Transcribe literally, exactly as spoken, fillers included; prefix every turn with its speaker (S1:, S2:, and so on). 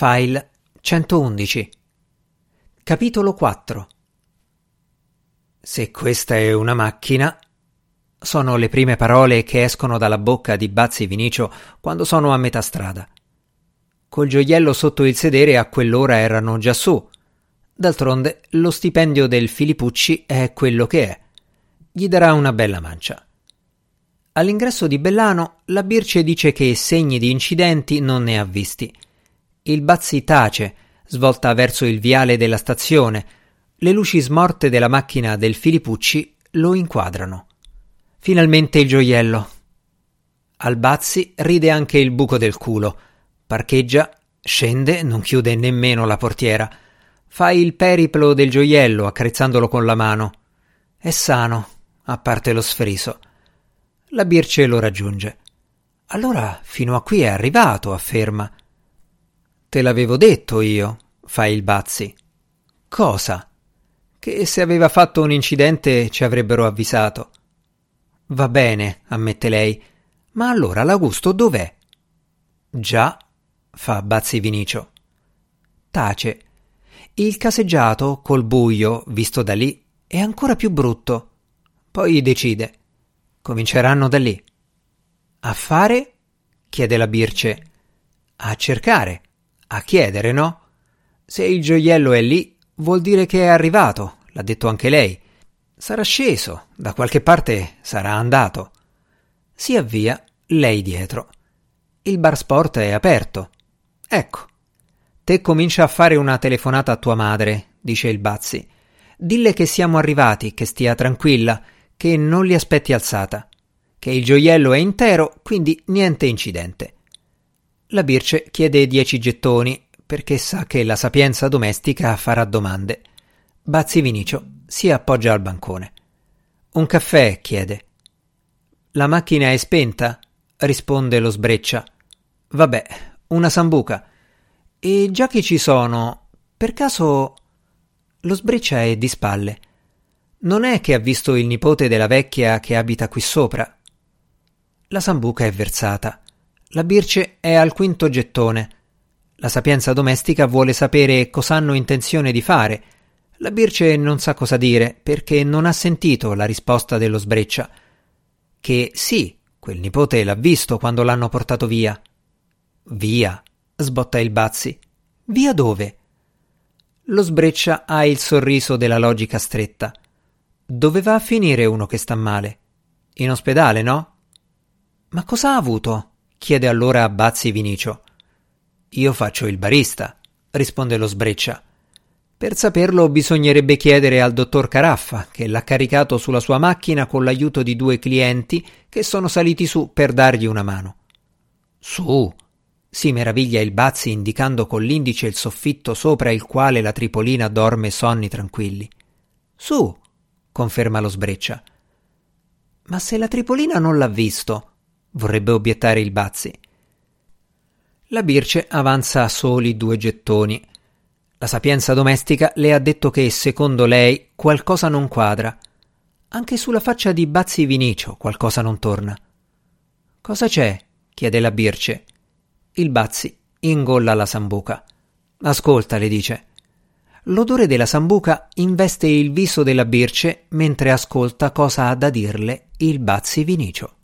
S1: File centoundici. Capitolo quattro. Se questa è una macchina, sono le prime parole che escono dalla bocca di Bazzi Vinicio quando sono a metà strada. Col gioiello sotto il sedere a quell'ora erano già su. D'altronde lo stipendio del Filippucci è quello che è. Gli darà una bella mancia. All'ingresso di Bellano la Birce dice che segni di incidenti non ne ha visti. Il Bazzi tace, svolta verso il viale della stazione. Le luci smorte della macchina del Filippucci lo inquadrano. Finalmente il gioiello. Al Bazzi ride anche il buco del culo. Parcheggia, scende, non chiude nemmeno la portiera. Fa il periplo del gioiello accarezzandolo con la mano. È sano, a parte lo sfriso. La Birce lo raggiunge. Allora fino a qui è arrivato, afferma. Te l'avevo detto io, fa il Bazzi. Cosa? Che se aveva fatto un incidente ci avrebbero avvisato. Va bene, ammette lei, ma allora l'Augusto dov'è? Già, fa Bazzi Vinicio. Tace. Il caseggiato, col buio, visto da lì, è ancora più brutto. Poi decide. Cominceranno da lì. A fare? Chiede la Birce. A cercare. A chiedere, no? Se il gioiello è lì, vuol dire che è arrivato, l'ha detto anche lei. Sarà sceso, da qualche parte sarà andato. Si avvia, lei dietro. Il bar sport è aperto. Ecco. Te comincia a fare una telefonata a tua madre, dice il Bazzi. Dille che siamo arrivati, che stia tranquilla, che non li aspetti alzata, che il gioiello è intero, quindi niente incidente. La Birce chiede dieci gettoni, perché sa che la sapienza domestica farà domande. Bazzi Vinicio si appoggia al bancone. Un caffè, chiede. La macchina è spenta, risponde lo Sbreccia. Vabbè, una sambuca. E già che ci sono, per caso... Lo Sbreccia è di spalle. Non è che ha visto il nipote della vecchia che abita qui sopra? La sambuca è versata. La Birce è al quinto gettone. La sapienza domestica vuole sapere cosa hanno intenzione di fare. La Birce non sa cosa dire perché non ha sentito la risposta dello Sbreccia. Che sì, quel nipote l'ha visto quando l'hanno portato via. Via, sbotta il Bazzi. Via dove? Lo Sbreccia ha il sorriso della logica stretta. Dove va a finire uno che sta male? In ospedale, no? Ma cosa ha avuto? Chiede allora a Bazzi Vinicio. Io faccio il barista, risponde lo Sbreccia. Per saperlo bisognerebbe chiedere al dottor Caraffa, che l'ha caricato sulla sua macchina con l'aiuto di due clienti che sono saliti su per dargli una mano. Su, si meraviglia il Bazzi indicando con l'indice il soffitto sopra il quale la Tripolina dorme sonni tranquilli. Su, conferma lo Sbreccia. Ma se la Tripolina non l'ha visto, vorrebbe obiettare il Bazzi. La Birce avanza soli due gettoni. La sapienza domestica le ha detto che, secondo lei, qualcosa non quadra. Anche sulla faccia di Bazzi Vinicio qualcosa non torna. Cosa c'è? Chiede la Birce. Il Bazzi ingolla la sambuca. Ascolta, le dice. L'odore della sambuca investe il viso della Birce mentre ascolta cosa ha da dirle il Bazzi Vinicio.